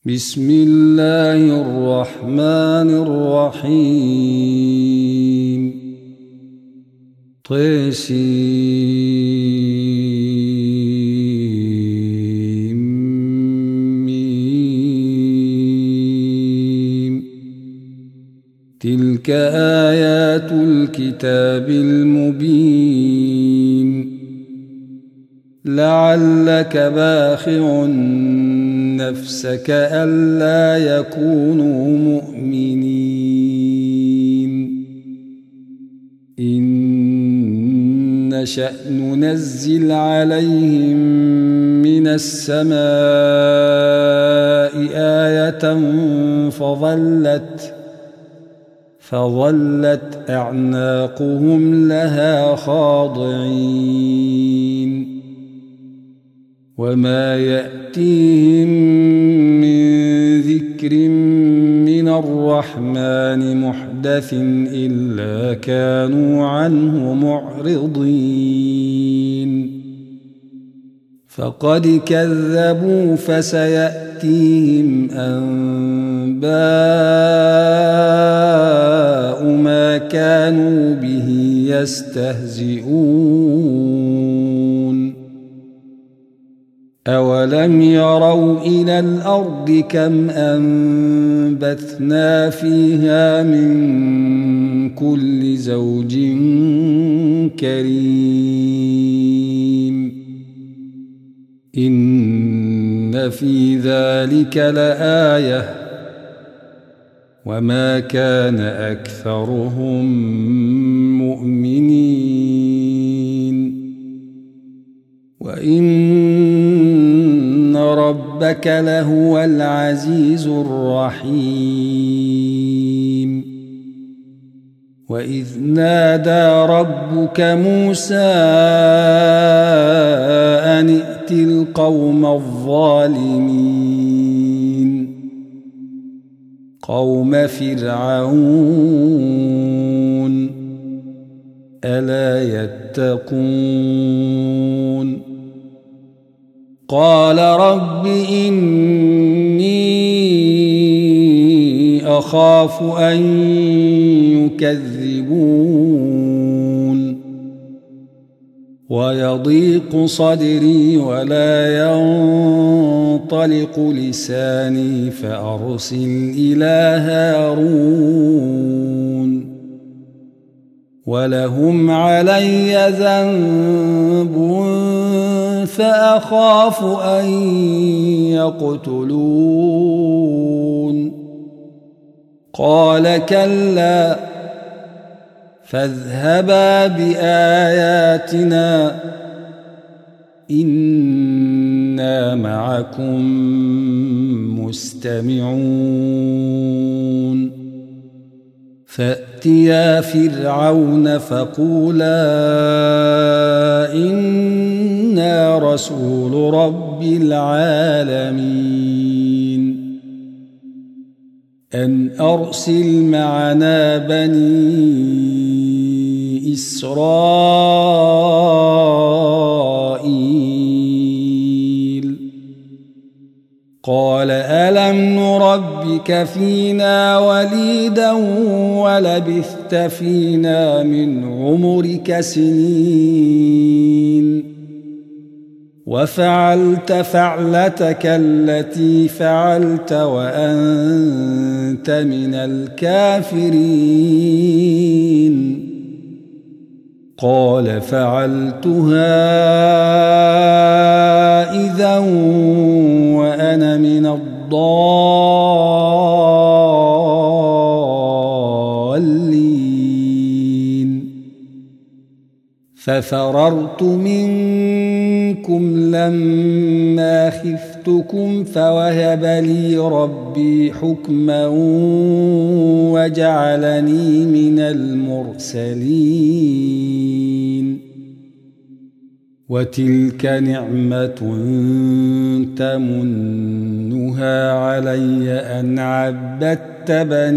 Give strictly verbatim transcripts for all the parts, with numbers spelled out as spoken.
بسم الله الرحمن الرحيم طسيم تلك آيات الكتاب المبين لعلك باخع نفسك ألا يكونوا مؤمنين إن نشأ ننزل عليهم من السماء آية فظلت فظلت أعناقهم لها خاضعين وما يأتيهم من ذكر من الرحمن محدث إلا كانوا عنه معرضين فقد كذبوا فسيأتيهم أنباء ما كانوا به يستهزئون أولم يروا إلى الأرض كم أنبتنا فيها من كل زوج كريم إن في ذلك لآية وما كان أكثرهم مؤمنين وإن ربك لهو العزيز الرحيم وإذ نادى ربك موسى أن ائت القوم الظالمين قوم فرعون ألا يتقون قال رب إني أخاف أن يكذبون ويضيق صدري ولا ينطلق لساني فأرسل إلى هارون ولهم علي ذنب فأخاف أن يقتلون قال كلا فاذهبا بآياتنا إنا معكم مستمعون فأتيا فرعون فقولا إنا رسول رب العالمين أن أرسل معنا بني إسرائيل قال ألم نربك فينا وليدا ولبثت فينا من عمرك سنين وفعلت فعلتك التي فعلت وأنت من الكافرين قال فعلتها إذا وأنا من الضالين ففررت منكم لما خفتكم فوهب لي ربي حكما وجعلني من المرسلين وتلك نعمة تمنها علي أن عبدت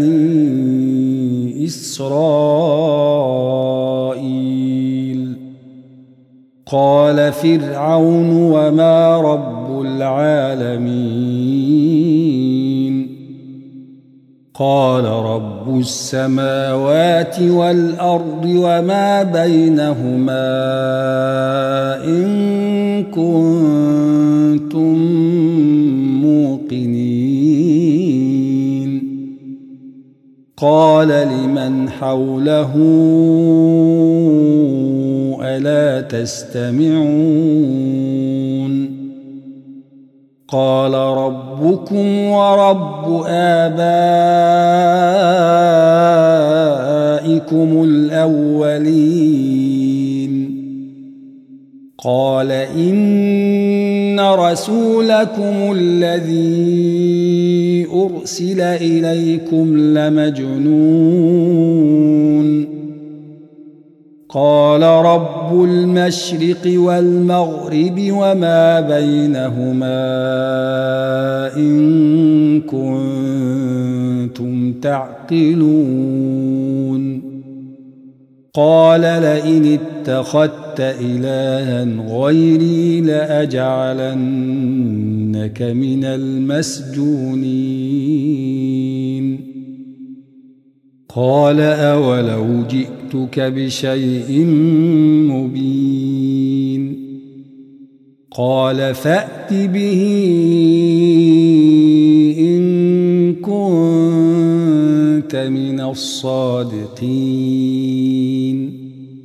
بني إسرائيل قال فرعون وما رب العالمين قال رب السماوات والأرض وما بينهما إن كنتم موقنين قال لمن حوله ألا تستمعون قال ربكم ورب آبائكم الأولين قال إن رسولكم الذي أرسل إليكم لمجنون قال رب المشرق والمغرب وما بينهما إن كنتم تعقلون قال لئن اتخذت إلها غيري لأجعلنك من المسجونين قال أولو جئتك بشيء مبين قال فأت به إن كنت من الصادقين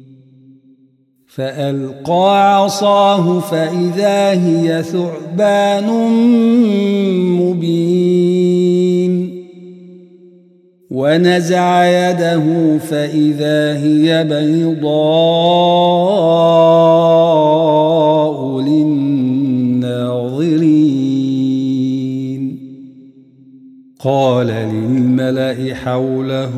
فألقى عصاه فإذا هي ثعبان مبين ونزع يده فإذا هي بيضاء للناظرين قال للملأ حوله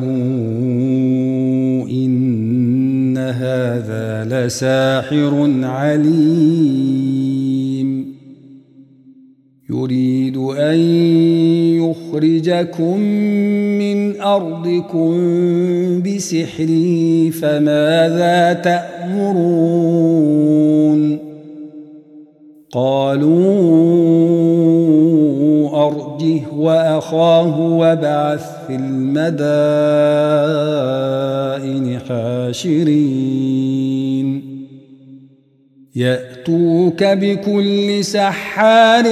إن هذا لساحر عليم يريد أن يخرجكم من أرضكم بسحره فماذا تأمرون قالوا أرجه وأخاه وابعث في المدائن حاشرين يأتوك بكل سحار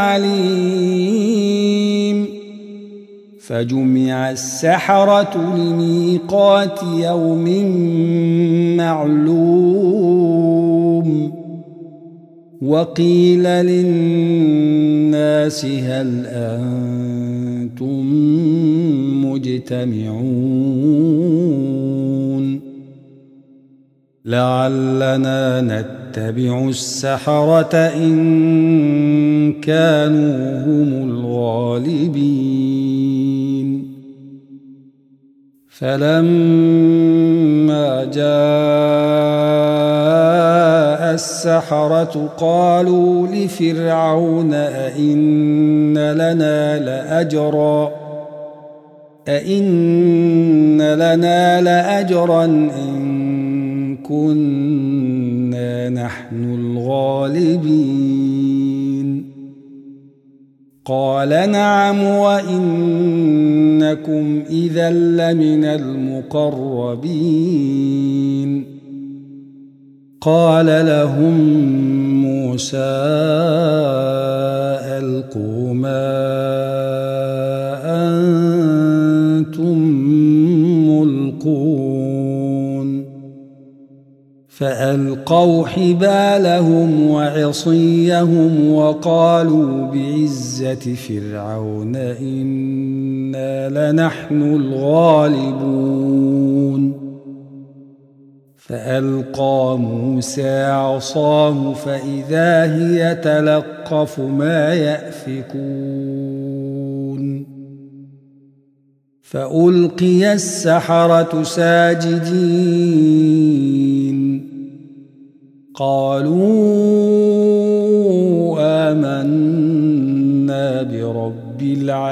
عليم فجمع السحرة لميقات يوم معلوم وقيل للناس هل أنتم مجتمعون لعلنا نتبع السحرة إن كانوا هم الغالبين فلما جاء السحرة قالوا لفرعون أئن لنا لأجرا أئن لنا لأجرا إن كنا نحن الغالبين قال نعم وإنكم إذا لمن المقربين قال لهم موسى ألقوا ما أنتم ملقون فألقوا حبالهم وعصيهم وقالوا بعزة فرعون إنا لنحن الغالبون فألقى موسى عصاه فإذا هي تلقف ما يأفكون فألقي السحرة ساجدين قالوا آمنا برب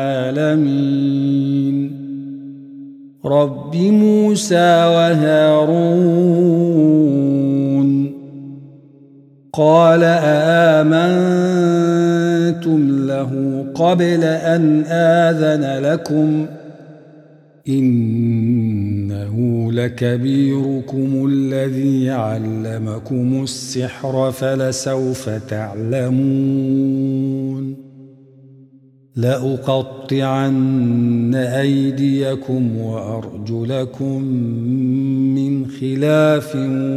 العالمين رب موسى وهارون قال آمنتم له قبل أن آذن لكم إنه لكبيركم الذي علمكم السحر فلسوف تعلمون لأقطعن أيديكم وأرجلكم من خلاف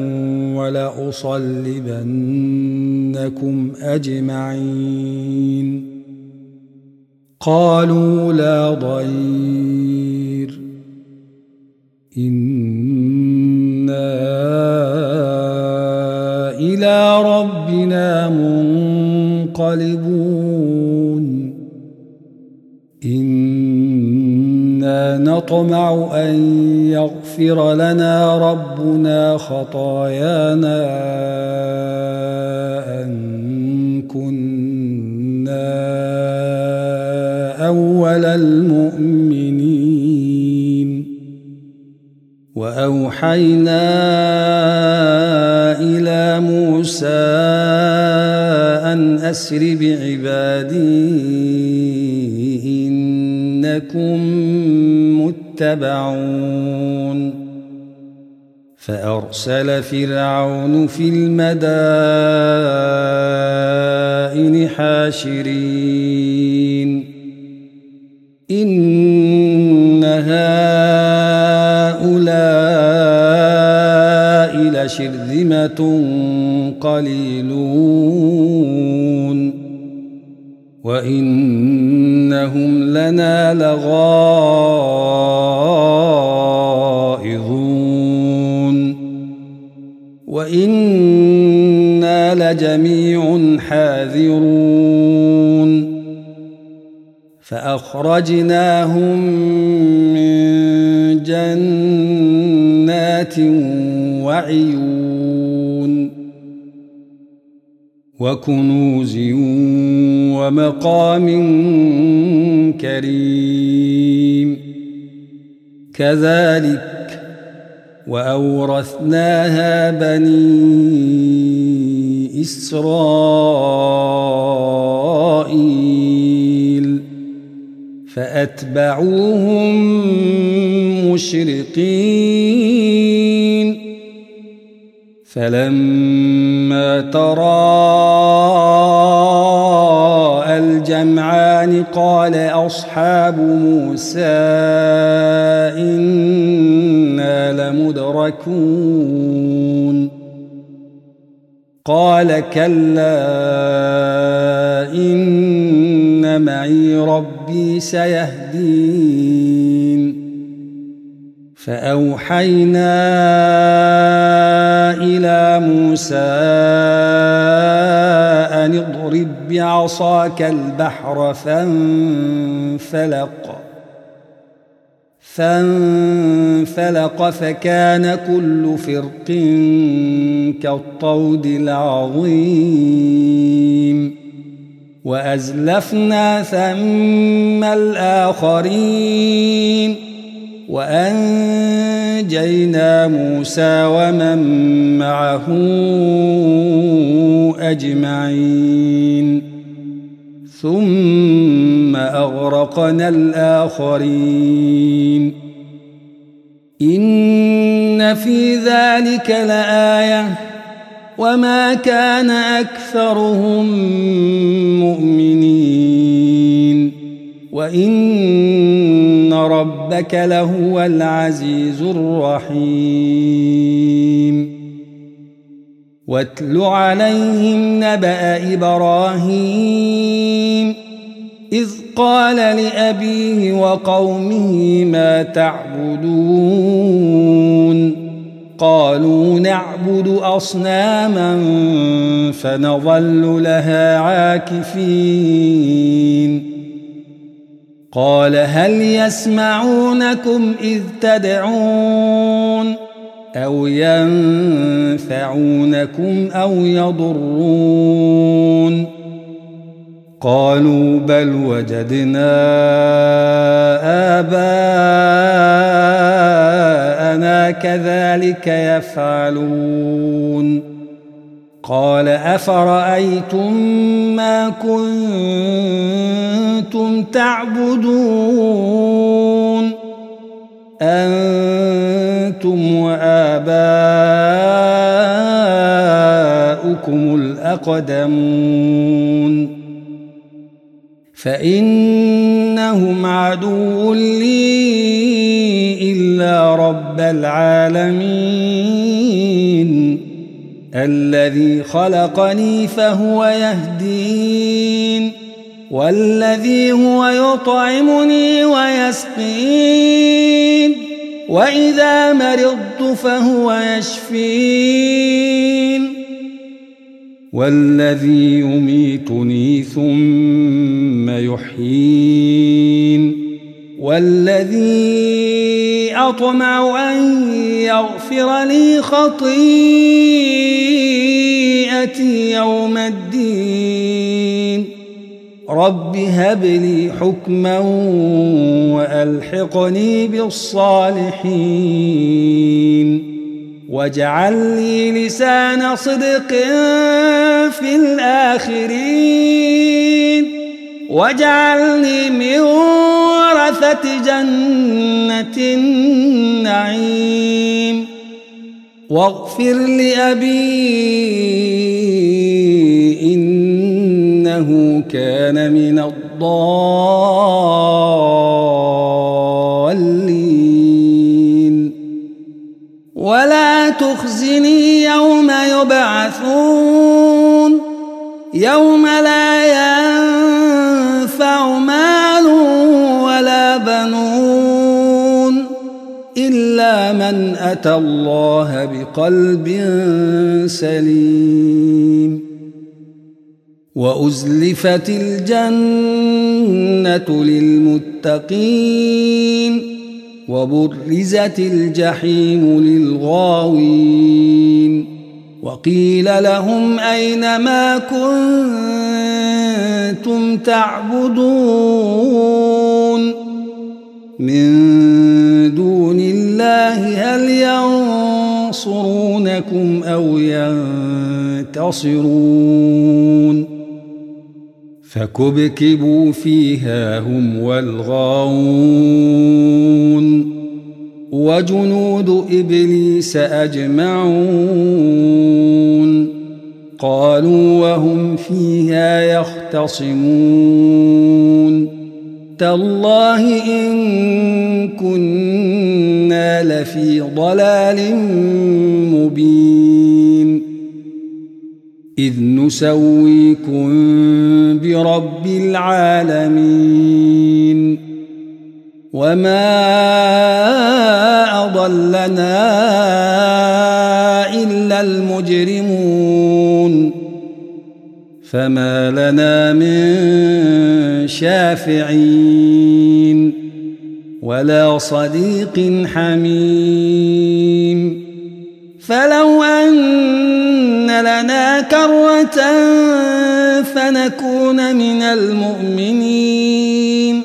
ولأصلبنكم أجمعين قالوا لا ضير إنا إلى ربنا منقلبون إنا نطمع أن يغفر لنا ربنا خطايانا أن كنا أول المؤمنين وأوحينا إلى موسى أن أسر بعبادي إنكم متبعون فأرسل فرعون في المدائن حاشرين إن هؤلاء لشرذمة قليلون وإنهم لنا لغائظون وإنا لجميع حاذرون فأخرجناهم من جنات وعيون وكنوز ومقام كريم كذلك وأورثناها بني إسرائيل فأتبعوهم مشرقين فلما تراءى الجمعان قال أصحاب موسى إنا لمدركون قال كلا إن معي ربي سيهدين فأوحينا إلى موسى أن اضرب بعصاك البحر فانفلق فانفلق فكان كل فرق كالطود العظيم وأزلفنا ثم الآخرين وأنجينا موسى ومن معه أجمعين ثم أغرقنا الآخرين إن في ذلك لآية وما كان أكثرهم مؤمنين وإن ربك لهو العزيز الرحيم واتل عليهم نبأ إبراهيم إذ قال لأبيه وقومه ما تعبدون قالوا نعبد أصناما فنظل لها عاكفين قال هل يسمعونكم إذ تدعون أو ينفعونكم أو يضرون قالوا بل وجدنا آباءنا كذلك يفعلون قال أفرأيتم ما كنتم تعبدون أنتم وآباؤكم الأقدمون فإنهم عدو لي إلا رب العالمين الذي خلقني فهو يهدين والذي هو يطعمني ويسقين وإذا مرضت فهو يشفين والذي يميتني ثم يحيين والذي أطمع أن يغفر لي خطيئتي يوم الدين رب هب لي حكما وألحقني بالصالحين واجعل لي لسان صدق في الآخرين واجعلني من ورثة جنة النعيم واغفر لأبي إنه كان من الضالين ولا تخزني يوم يبعثون يوم لا ينفع مال ولا بنون إلا من أتى الله بقلب سليم وأزلفت الجنة للمتقين وبرزت الجحيم للغاوين وقيل لهم أين ما كنتم تعبدون من دون الله هل ينصرونكم أو ينتصرون فكبكبوا فيها هم والغاوون وجنود إبليس أجمعون قالوا وهم فيها يختصمون تالله إن كنا لفي ضلال مبين إذ نسويكم برب العالمين وما أضلنا إلا المجرمون فما لنا من شافعين ولا صديق حميم فلو أن لنا كرة فنكون من المؤمنين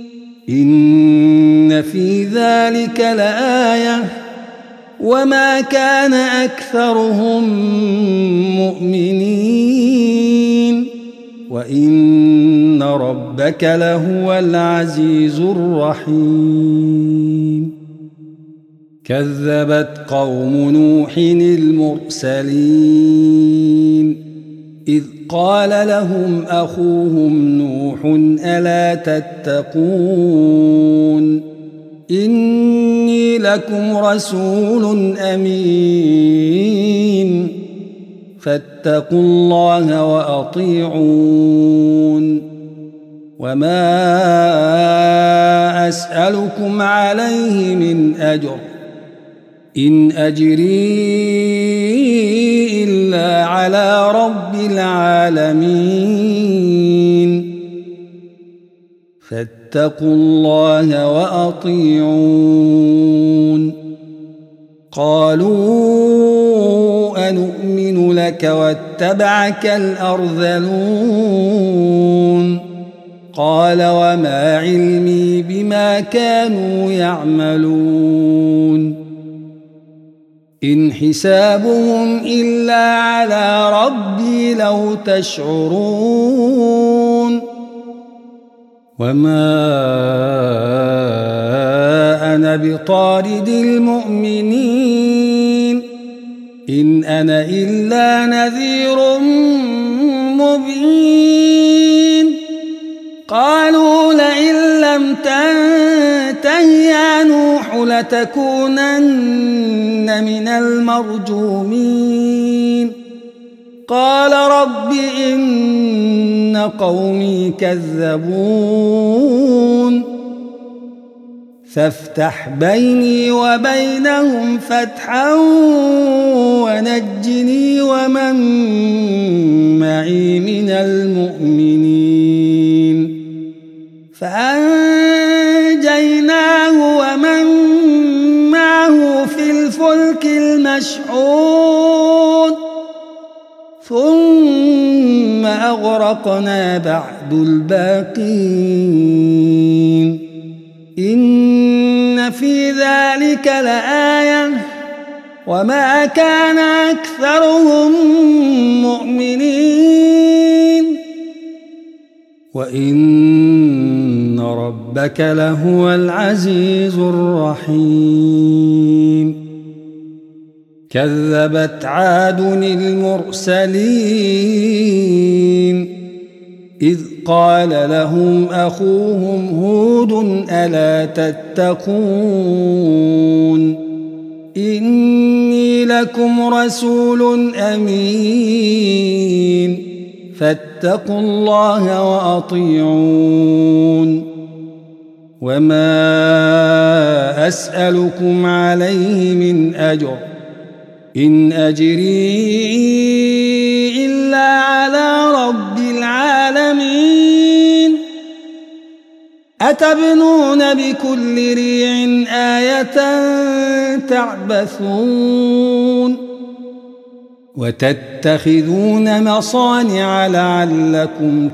إن في ذلك لآية وما كان أكثرهم مؤمنين وإن ربك لهو العزيز الرحيم كذبت قوم نوح المرسلين إذ قال لهم أخوهم نوح ألا تتقون إني لكم رسول أمين فاتقوا الله وأطيعون وما أسألكم عليه من أجر إن أجري إلا على رب العالمين فاتقوا الله وأطيعون قالوا أنؤمن لك واتبعك الأرذلون قال وما علمي بما كانوا يعملون إن حسابهم إلا على ربي لو تشعرون وما أنا بطارد بطارد المؤمنين إن أنا إلا نذير مبين قالوا لئن لم تنته يا نوح لتكونن من المرجومين قال رب إن قومي كذبون فافتح بيني وبينهم فتحا ونجني ومن معي من المؤمنين فأنجيناه ومن معه في الفلك المشحون ثم أغرقنا بعد الباقين إن في ذلك لآية وما كان أكثرهم مؤمنين وإن ربك لهو العزيز الرحيم كذبت عاد المرسلين إذ قال لهم أخوهم هود ألا تتقون إني لكم رسول أمين فاتقوا الله وأطيعون وما أسألكم عليه من أجر إن أجري إلا على رب العالمين أتبنون بكل ريع آية تعبثون وتتخذون مصانع لعلكم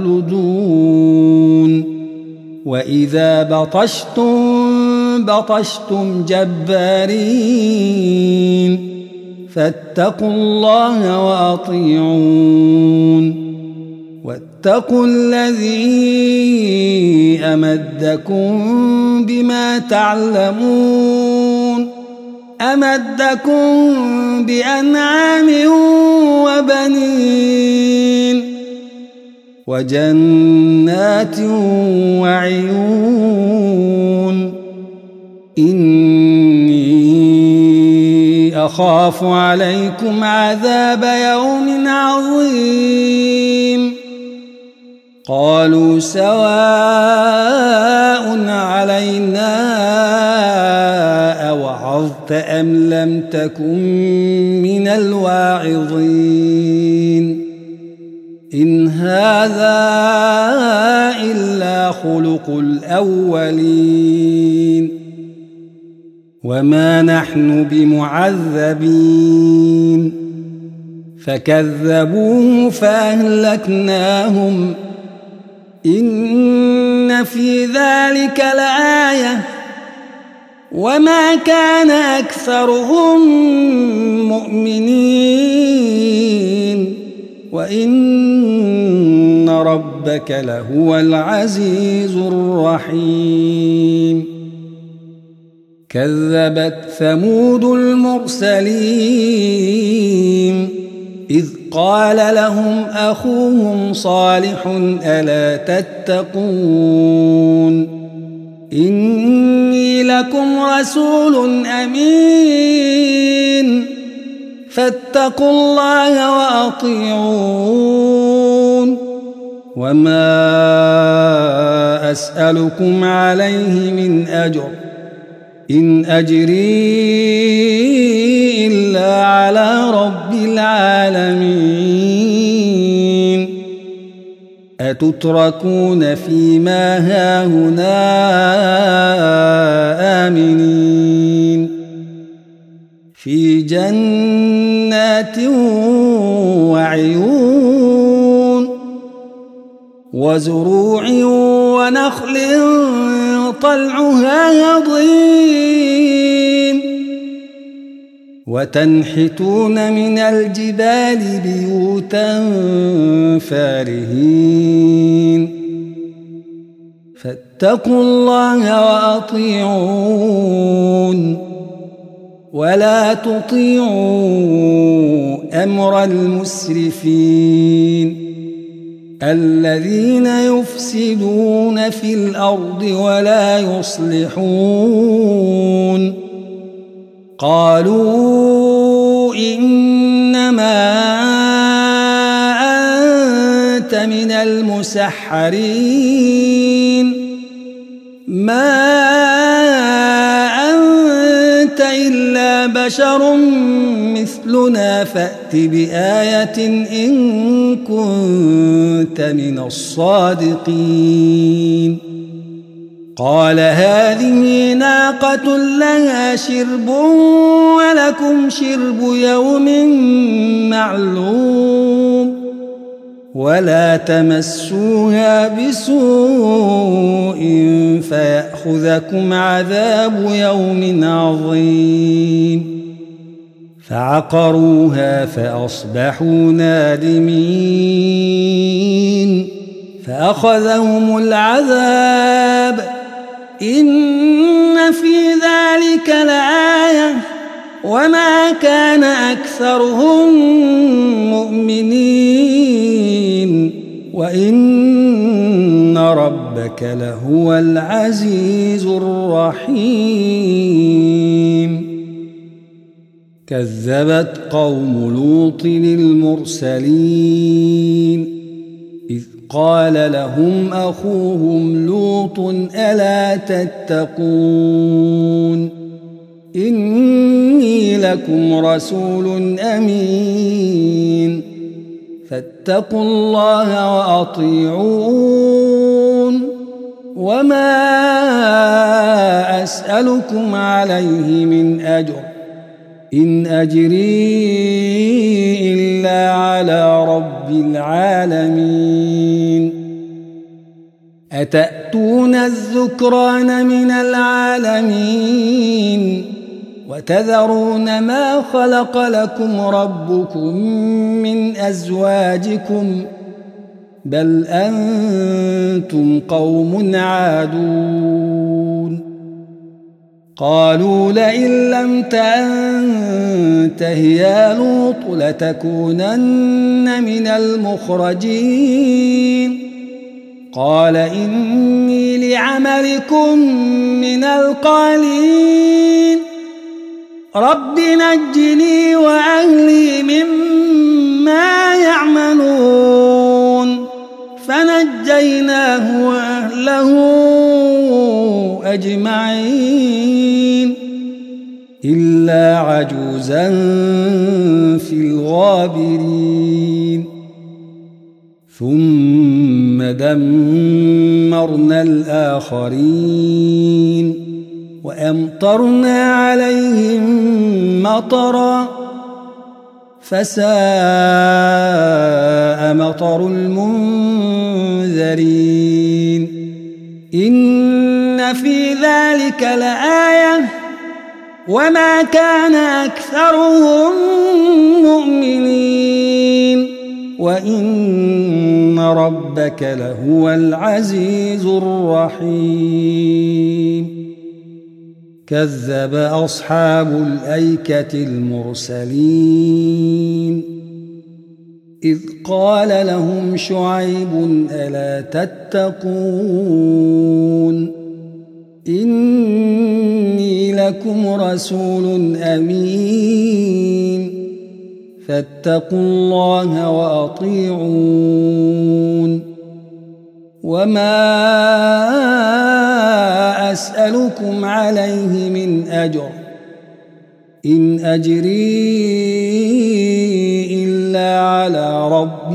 تخلدون وإذا بطشتم بطشتم جبارين فاتقوا الله وأطيعون واتقوا الذي أمدكم بما تعلمون أمدكم بأنعام وبنين وجنات وعيون إني أخاف عليكم عذاب يوم عظيم قالوا سواء علينا أوعظت أم لم تكن من الواعظين إن هذا إلا خلق الأولين وما نحن بمعذبين فكذبوه فأهلكناهم إن في ذلك لآية وما كان أكثرهم مؤمنين وإن ربك لهو العزيز الرحيم كذبت ثمود المرسلين إذ قال لهم أخوهم صالح ألا تتقون إني لكم رسول أمين فاتقوا الله وأطيعون وما أسألكم عليه من أجر إن أجري إلا على رب العالمين أتتركون فيما هاهنا آمنين في جنات وعيون وزروع ونخل طلعها هضيم وتنحتون من الجبال بيوتا فارهين فاتقوا الله وأطيعون ولا تطيعوا أمر المسرفين الذين يفسدون في الأرض ولا يصلحون. قالوا إنما أنت من المسحرين ما أنت إلا بشر مثلنا فأت بآية إن كنت من الصادقين. قال هذه ناقة لها شرب ولكم شرب يوم معلوم ولا تمسوها بسوء فيأخذكم عذاب يوم عظيم. فعقروها فأصبحوا نادمين فأخذهم العذاب إن في ذلك لآية وما كان أكثرهم مؤمنين وإن ربك لهو العزيز الرحيم. كذبت قوم لوط المرسلين إذ قال لهم أخوهم لوط ألا تتقون إني لكم رسول أمين فاتقوا الله وأطيعون وما أسألكم عليه من أجر إن أجري إلا على رب العالمين. أتأتون الذكران من العالمين وتذرون ما خلق لكم ربكم من أزواجكم بل أنتم قوم عادون. قالوا لئن لم تنته يا لوط لتكونن من المخرجين. قال إني لعملكم من القالين رب نجني وأهلي مما يعملون. فنجيناه وأهله أجمعين إلا عجوزا في الغابرين. ثم دمرنا الآخرين وأمطرنا عليهم مطرا فساء مطر المنذرين. إن في ذلك لآية وما كان أكثرهم مؤمنين وإن ربك لهو العزيز الرحيم. كذب أصحاب الأيكة المرسلين إذ قال لهم شعيب ألا تتقون إني لكم رسول أمين فاتقوا الله وأطيعون وما أسألكم عليه من أجر إن أجري إلا على رب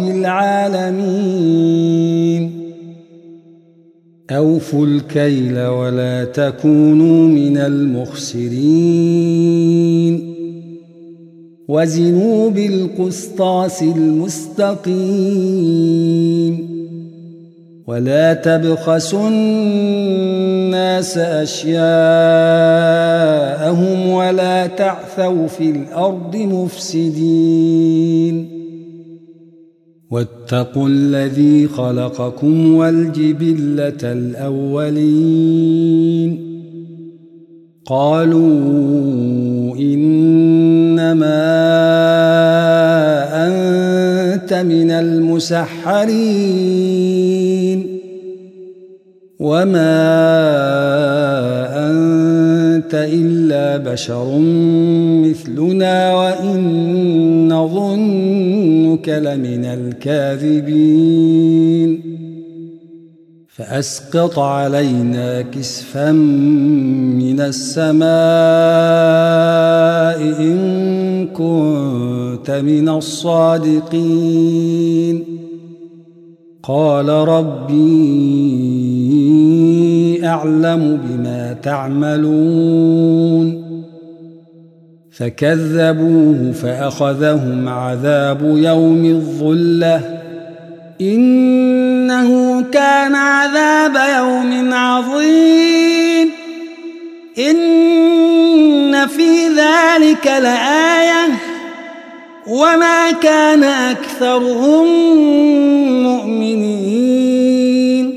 العالمين. أوفوا الكيل ولا تكونوا من المخسرين وزنوا بالقسطاس المستقيم ولا تبخسوا الناس أشياءهم ولا تعثوا في الأرض مفسدين واتقوا الذي خلقكم والجبلة الأولين قالوا إنما أنت من المسحرين وما أنت إلا بشر مثلنا وإن نظنك لمن الكاذبين فأسقط علينا كسفا من السماء إن كنت من الصادقين قال ربي أعلم بما تعملون فكذبوه فأخذهم عذاب يوم الظلة إنه كان عذاب يوم عظيم إن في ذلك لآية وما كان أكثرهم مؤمنين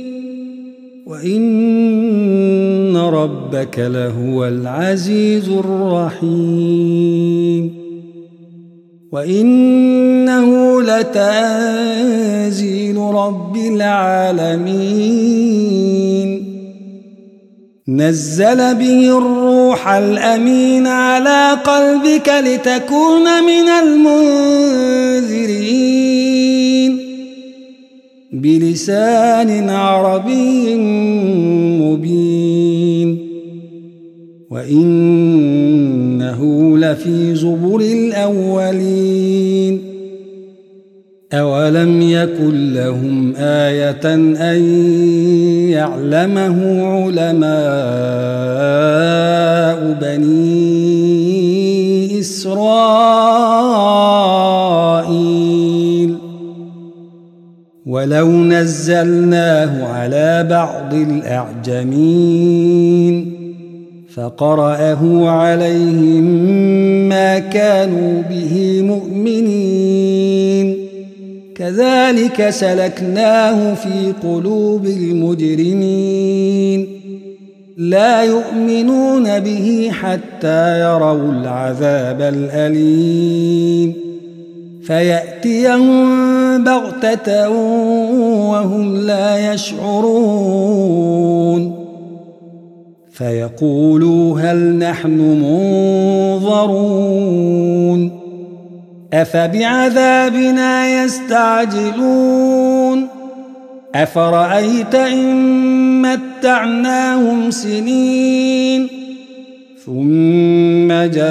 وإن ربك لهو العزيز الرحيم وإنه لتنزيل رب العالمين نزل به الروح الأمين على قلبك لتكون من المنذرين بلسان عربي مبين وإنه لفي زبر الأولين أولم يكن لهم آية أن يعلمه علماء بني إسرائيل ولو نزلناه على بعض الأعجمين فقرأه عليهم ما كانوا به مؤمنين كذلك سلكناه في قلوب المجرمين لا يؤمنون به حتى يروا العذاب الأليم فيأتيهم بغتة وهم لا يشعرون فيقولوا هل نحن منظرون أفبعذابنا يستعجلون أفرأيت إن متعناهم سنين ثم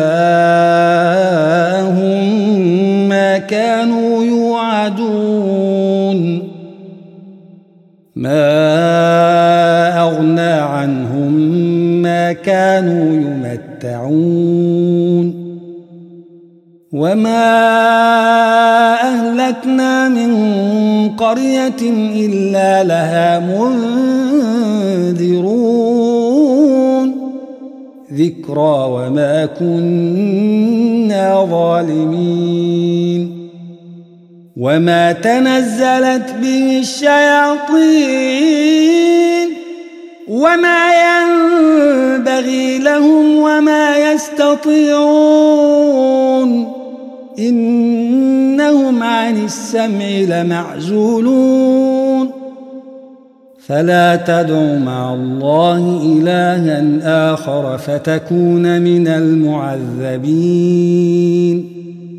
جاءهم ما كانوا يوعدون ما أغنى عنهم ما كانوا يمتعون وما أهلكنا من قرية إلا لها منذرون ذكرى وما كنا ظالمين وما تنزلت به الشياطين وما ينبغي لهم وما يستطيعون إنهم عن السمع لمعزولون فلا تدع مع الله إلها آخر فتكون من المعذبين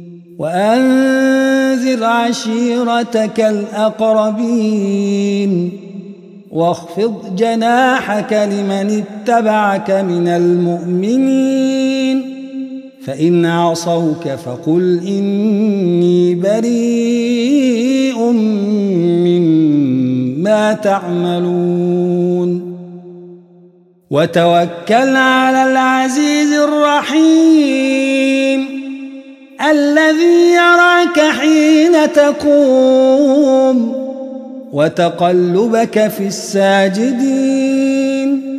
وأنذر عشيرتك الأقربين واخفض جناحك لمن اتبعك من المؤمنين فإن عصوك فقل إني بريء مما تعملون وتوكل على العزيز الرحيم الذي يراك حين تقوم وتقلبك في الساجدين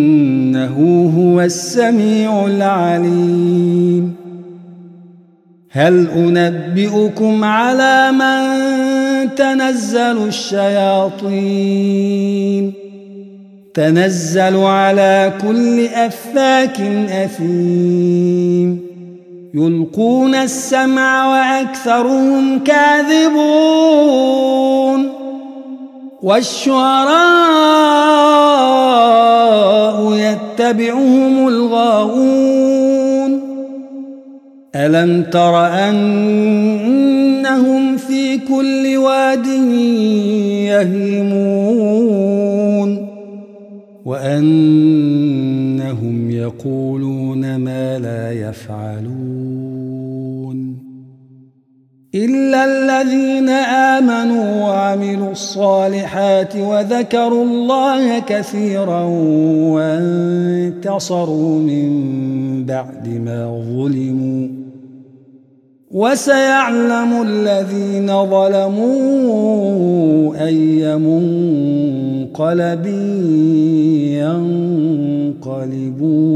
إنه هو السميع العليم هل أنبئكم على من تنزل الشياطين تنزل على كل أفاك أثيم يلقون السمع وأكثرهم كاذبون والشعراء يتبعهم الغاوون ألم تر أنهم في كل واد يهيمون وأنهم يقولون ما لا يفعلون إلا الذين آمنوا وعملوا الصالحات وذكروا الله كثيرا وانتصروا من بعد ما ظلموا وسيعلم الذين ظلموا أي منقلب ينقلبون